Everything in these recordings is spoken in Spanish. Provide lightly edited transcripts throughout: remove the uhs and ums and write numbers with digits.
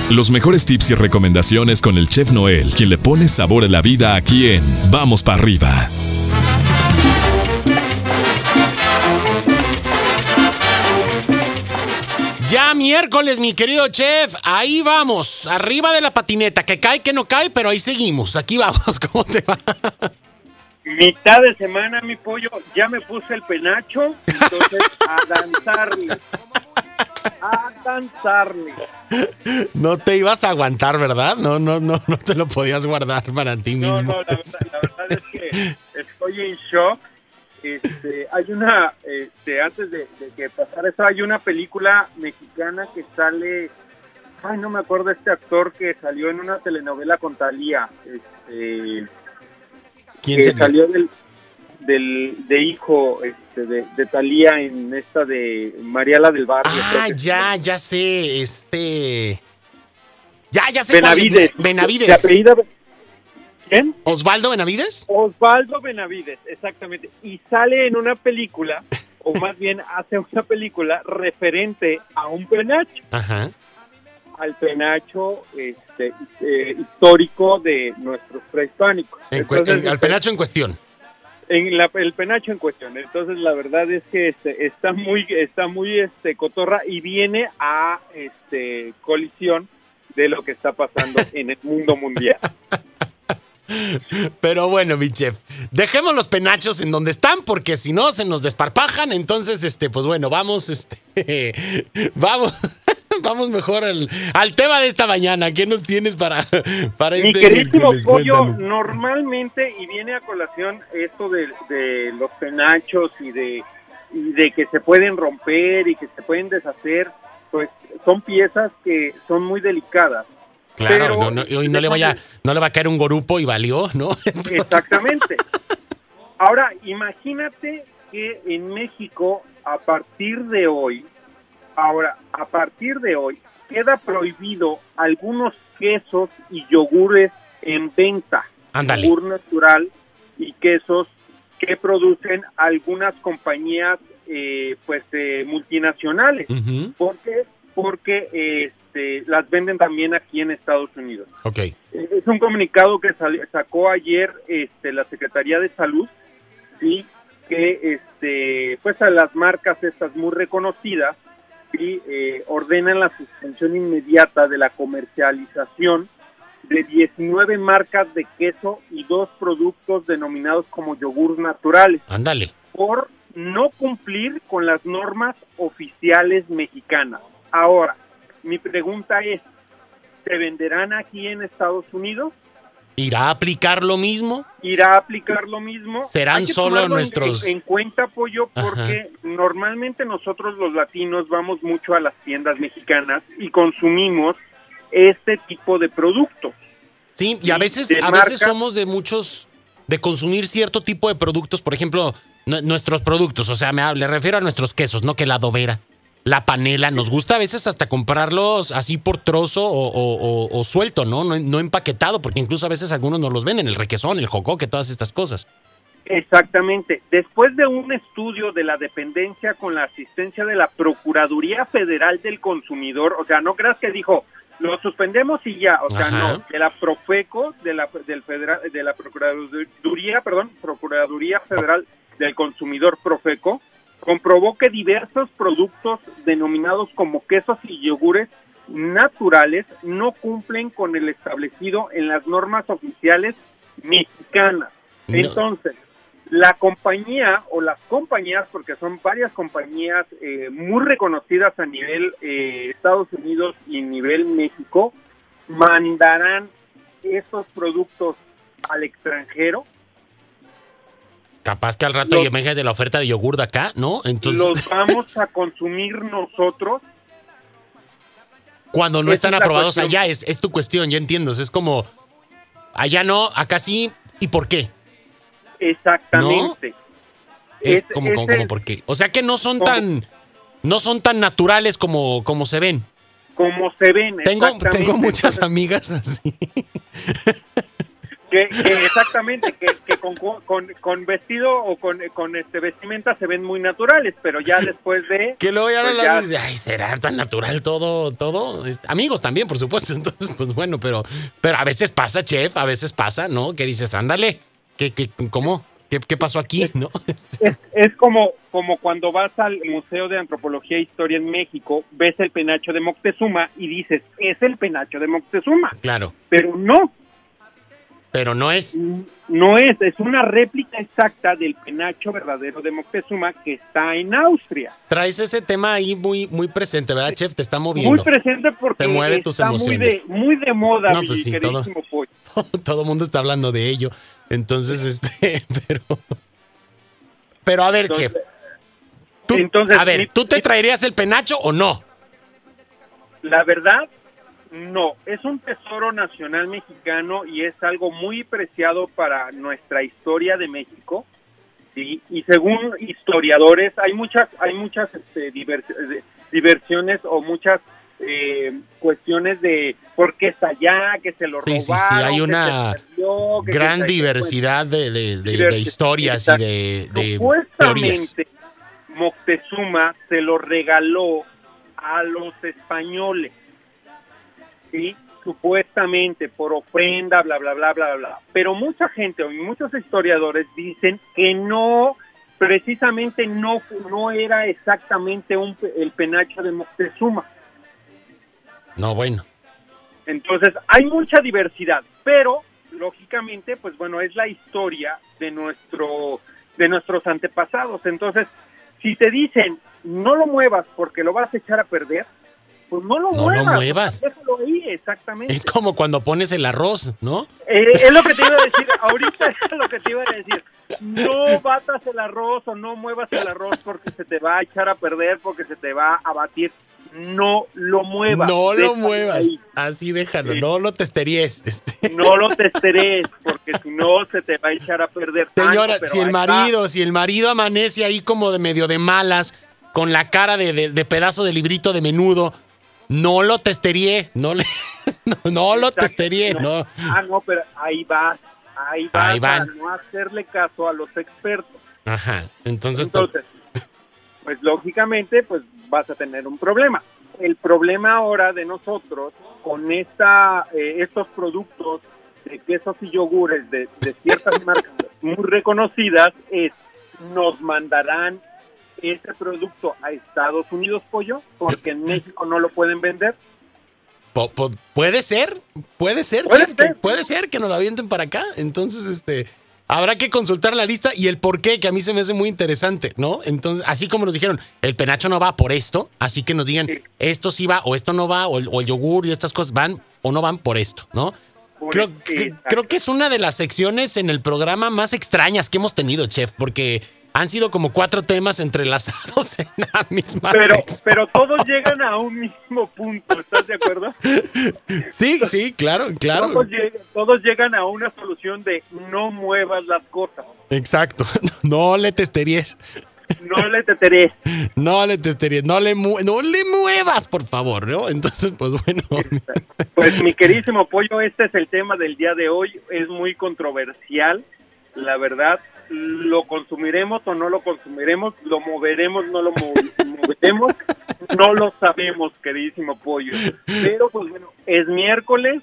Los mejores tips y recomendaciones con el Chef Noel, quien le pone sabor a la vida aquí en Vamos para arriba. Ya miércoles, mi querido chef, ahí vamos, arriba de la patineta, que cae, que no cae, pero ahí seguimos, aquí vamos, ¿cómo te va? Mitad de semana, mi pollo, ya me puse el penacho, entonces a danzarle. A danzarle. No te ibas a aguantar, ¿verdad? No te lo podías guardar para ti mismo. No, la verdad es que estoy en shock. Hay una, antes de que pasara eso, hay una película mexicana que sale, no me acuerdo este actor que salió en una telenovela con Thalía, ¿Quién se salió de hijo de Thalía en esta de Mariala del Barrio? Ya sé, ya sé. Benavides. Benavides. ¿De apellido? ¿Quién? ¿Osvaldo Benavides? Osvaldo Benavides, exactamente. Y sale en una película, o más bien hace una película referente a un penacho. Ajá. Al penacho histórico de nuestros prehispánicos. Al penacho en cuestión. El penacho en cuestión. Entonces la verdad es que está muy cotorra y viene a colisión de lo que está pasando en el mundo mundial. Pero bueno, mi chef, dejemos los penachos en donde están, porque si no se nos desparpajan. Entonces, pues bueno, vamos vamos mejor al tema de esta mañana. ¿Qué nos tienes para mi queridísimo pollo? Normalmente, y viene a colación esto de los penachos y de que se pueden romper y que se pueden deshacer, pues son piezas que son muy delicadas. Claro, y no le va a caer un gorupo y valió, ¿no? Entonces... Exactamente. Ahora, imagínate que en México, a partir de hoy, queda prohibido algunos quesos y yogures en venta. Ándale. Yogur natural y quesos que producen algunas compañías, multinacionales. Uh-huh. Porque las venden también aquí en Estados Unidos. Okay. Es un comunicado que sacó ayer la Secretaría de Salud, sí, que pues a las marcas estas muy reconocidas, sí, ordenan la suspensión inmediata de la comercialización de 19 marcas de queso y 2 productos denominados como yogur naturales. Ándale. Por no cumplir con las normas oficiales mexicanas. Ahora, mi pregunta es, ¿se venderán aquí en Estados Unidos? ¿Irá a aplicar lo mismo? ¿Serán solo nuestros...? En cuenta, pollo, porque Ajá. Normalmente nosotros los latinos vamos mucho a las tiendas mexicanas y consumimos este tipo de productos. Sí, y a veces somos de consumir cierto tipo de productos, por ejemplo, nuestros productos, o sea, le refiero a nuestros quesos, no que la adobera. La panela, nos gusta a veces hasta comprarlos así por trozo o suelto, ¿no? No empaquetado, porque incluso a veces algunos nos los venden, el requesón, el jocoque, todas estas cosas. Exactamente. Después de un estudio de la dependencia con la asistencia de la Procuraduría Federal del Consumidor, o sea, no creas que dijo, lo suspendemos y ya, o sea, Ajá. No, de la Profeco, de la Procuraduría Federal del Consumidor, Profeco, comprobó que diversos productos denominados como quesos y yogures naturales no cumplen con el establecido en las normas oficiales mexicanas. No. Entonces, la compañía o las compañías, porque son varias compañías muy reconocidas a nivel Estados Unidos y nivel México, mandarán esos productos al extranjero. Capaz que al rato de la oferta de yogur de acá, ¿no? Entonces los vamos a consumir nosotros. Cuando no están aprobados allá, es tu cuestión, ya entiendo. Es como, allá no, acá sí, ¿y por qué? Exactamente. ¿No? Es como por qué. O sea que no son tan naturales como se ven. Como se ven, Tengo muchas amigas así. Que exactamente, que con vestido o con vestimenta se ven muy naturales, pero ya después de... Que luego ya pues no la dices, ay, ¿será tan natural todo? Amigos también, por supuesto. Entonces, pues bueno, pero a veces pasa, chef, a veces pasa, ¿no? Que dices, ándale, ¿cómo? ¿Qué pasó aquí? ¿No? Es como cuando vas al Museo de Antropología e Historia en México, ves el penacho de Moctezuma y dices, es el penacho de Moctezuma. Claro. Pero no. Pero no es. No es una réplica exacta del penacho verdadero de Moctezuma que está en Austria. Traes ese tema ahí muy, muy presente, ¿verdad, chef? Te está moviendo. Muy presente porque te mueve tus emociones. Muy de moda, no, pues mi sí, queridísimo pollo. Todo el mundo está hablando de ello. Entonces, pero a ver, chef. ¿Tú te traerías el penacho o no? La verdad, no. Es un tesoro nacional mexicano y es algo muy preciado para nuestra historia de México. Y según historiadores, hay muchas diversiones o muchas cuestiones de por qué está allá, que se lo robaron. Sí, hay una gran diversidad de historias y de teorías. Moctezuma se lo regaló a los españoles, ¿sí? Supuestamente por ofrenda, bla, bla, bla, bla, bla. Pero mucha gente y muchos historiadores dicen que no, precisamente no era exactamente el penacho de Moctezuma. No, bueno. Entonces, hay mucha diversidad, pero, lógicamente, pues bueno, es la historia de nuestros antepasados. Entonces, si te dicen, no lo muevas porque lo vas a echar a perder, pues no lo muevas. Déjalo ahí, exactamente. Es como cuando pones el arroz, ¿no? Es lo que te iba a decir, ahorita es lo que te iba a decir. No batas el arroz o no muevas el arroz porque se te va a echar a perder, porque se te va a batir. No lo muevas. No lo muevas. Ahí. Así déjalo. Sí. No lo testeries. No lo testeres, porque si no se te va a echar a perder. Señora, si el marido amanece ahí como de medio de malas, con la cara de pedazo de librito de menudo, no lo testerie. No lo testerie. No. No, pero ahí va para no hacerle caso a los expertos. Ajá. Entonces pues lógicamente, pues vas a tener un problema. El problema ahora de nosotros con estos productos de quesos y yogures de ciertas marcas muy reconocidas es, ¿nos mandarán ese producto a Estados Unidos, pollo? Porque en México no lo pueden vender. Puede ser, puede ser que nos lo avienten para acá. Entonces, habrá que consultar la lista y el por qué, que a mí se me hace muy interesante, ¿no? Entonces, así como nos dijeron, el penacho no va por esto, así que nos digan, esto sí va, o esto no va, o el yogur y estas cosas van o no van por esto, ¿no? Creo que es una de las secciones en el programa más extrañas que hemos tenido, chef, porque han sido como 4 temas entrelazados en la misma sección. Pero todos llegan a un mismo punto, ¿estás de acuerdo? Sí, claro. Todos llegan a una solución de no muevas las cosas. Exacto, no le testeries. No le teteres. No le testeries, no le muevas, por favor, ¿no? Entonces, pues bueno. Pues mi queridísimo pollo, este es el tema del día de hoy, es muy controversial, la verdad. ¿Lo consumiremos o no lo consumiremos? ¿Lo moveremos, no lo moveremos? No lo sabemos, queridísimo pollo. Pero pues bueno, es miércoles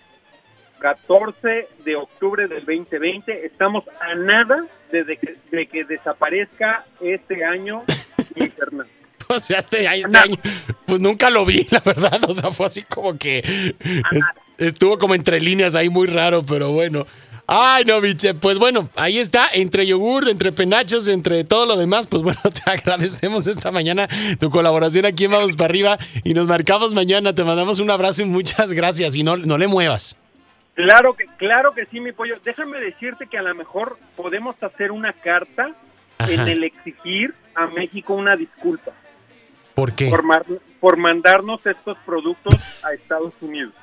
14 de octubre del 2020. Estamos a nada de que desaparezca este año internet. O sea, este año, pues nunca lo vi, la verdad. O sea, fue así como que estuvo como entre líneas ahí muy raro, pero bueno. Ay, no, biche, pues bueno, ahí está, entre yogur, entre penachos, entre todo lo demás, pues bueno, te agradecemos esta mañana tu colaboración aquí en Vamos para Arriba y nos marcamos mañana, te mandamos un abrazo y muchas gracias y no le muevas. Claro que sí, mi pollo. Déjame decirte que a lo mejor podemos hacer una carta en el exigir a México una disculpa. ¿Por qué? Por mandarnos estos productos a Estados Unidos.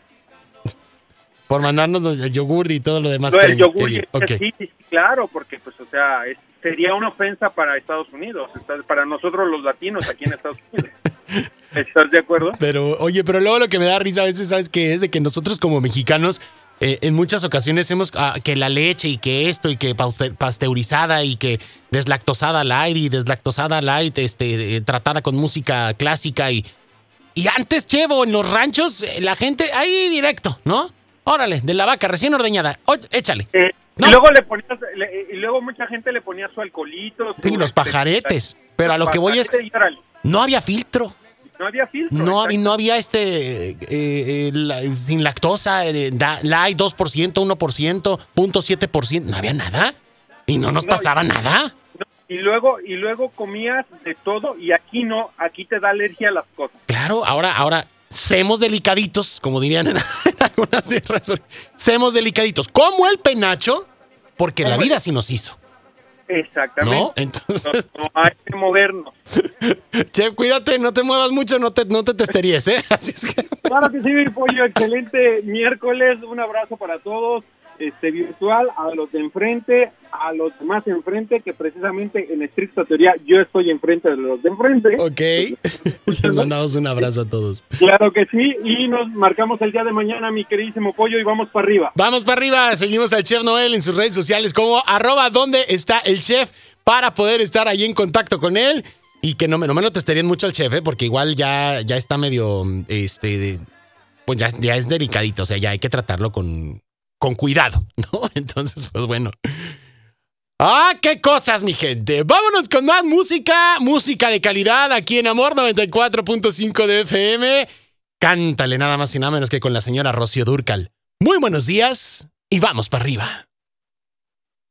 Por mandarnos el yogur y todo lo demás. El yogur, sí, claro, porque pues, o sea, sería una ofensa para Estados Unidos, para nosotros los latinos aquí en Estados Unidos. ¿Estás de acuerdo? Pero luego lo que me da risa a veces, ¿sabes qué es? De que nosotros como mexicanos En muchas ocasiones hemos que la leche y que esto y que pasteurizada y que deslactosada light y deslactosada light tratada con música clásica y antes, Chevo, en los ranchos la gente ahí directo, ¿no? Órale, de la vaca recién ordeñada, échale. No. Y luego mucha gente le ponía su alcoholito. Sí, los pajaretes, pero a lo que voy es no había filtro. No había filtro. No había sin lactosa, light 2%, 1%, 0.7%, no había nada. Y no nos pasaba nada. No, y luego comías de todo y aquí no, aquí te da alergia a las cosas. Claro, ahora seamos delicaditos, como dirían en algunas tierras. Seamos delicaditos, como el penacho, porque la vida sí nos hizo. Exactamente. ¿No? Entonces... No hay que movernos. Che, cuídate, no te muevas mucho, no te testeries, ¿eh? Así es que... Claro que sí, mi pollo, excelente miércoles, un abrazo para todos, virtual, a los de enfrente, a los demás enfrente, que precisamente en estricta teoría yo estoy enfrente de los de enfrente. Ok, les mandamos un abrazo a todos. Claro que sí, y nos marcamos el día de mañana, mi queridísimo pollo, y vamos para arriba. Vamos para arriba, seguimos al Chef Noel en sus redes sociales como @donde está el chef para poder estar ahí en contacto con él y que no me lo testerían mucho al chef, porque igual ya está medio, pues ya es delicadito, o sea, ya hay que tratarlo con cuidado, ¿no? Entonces, pues bueno. ¡Ah, qué cosas, mi gente! Vámonos con más música de calidad aquí en Amor 94.5 de FM. Cántale nada más y nada menos que con la señora Rocío Dúrcal. Muy buenos días y vamos para arriba.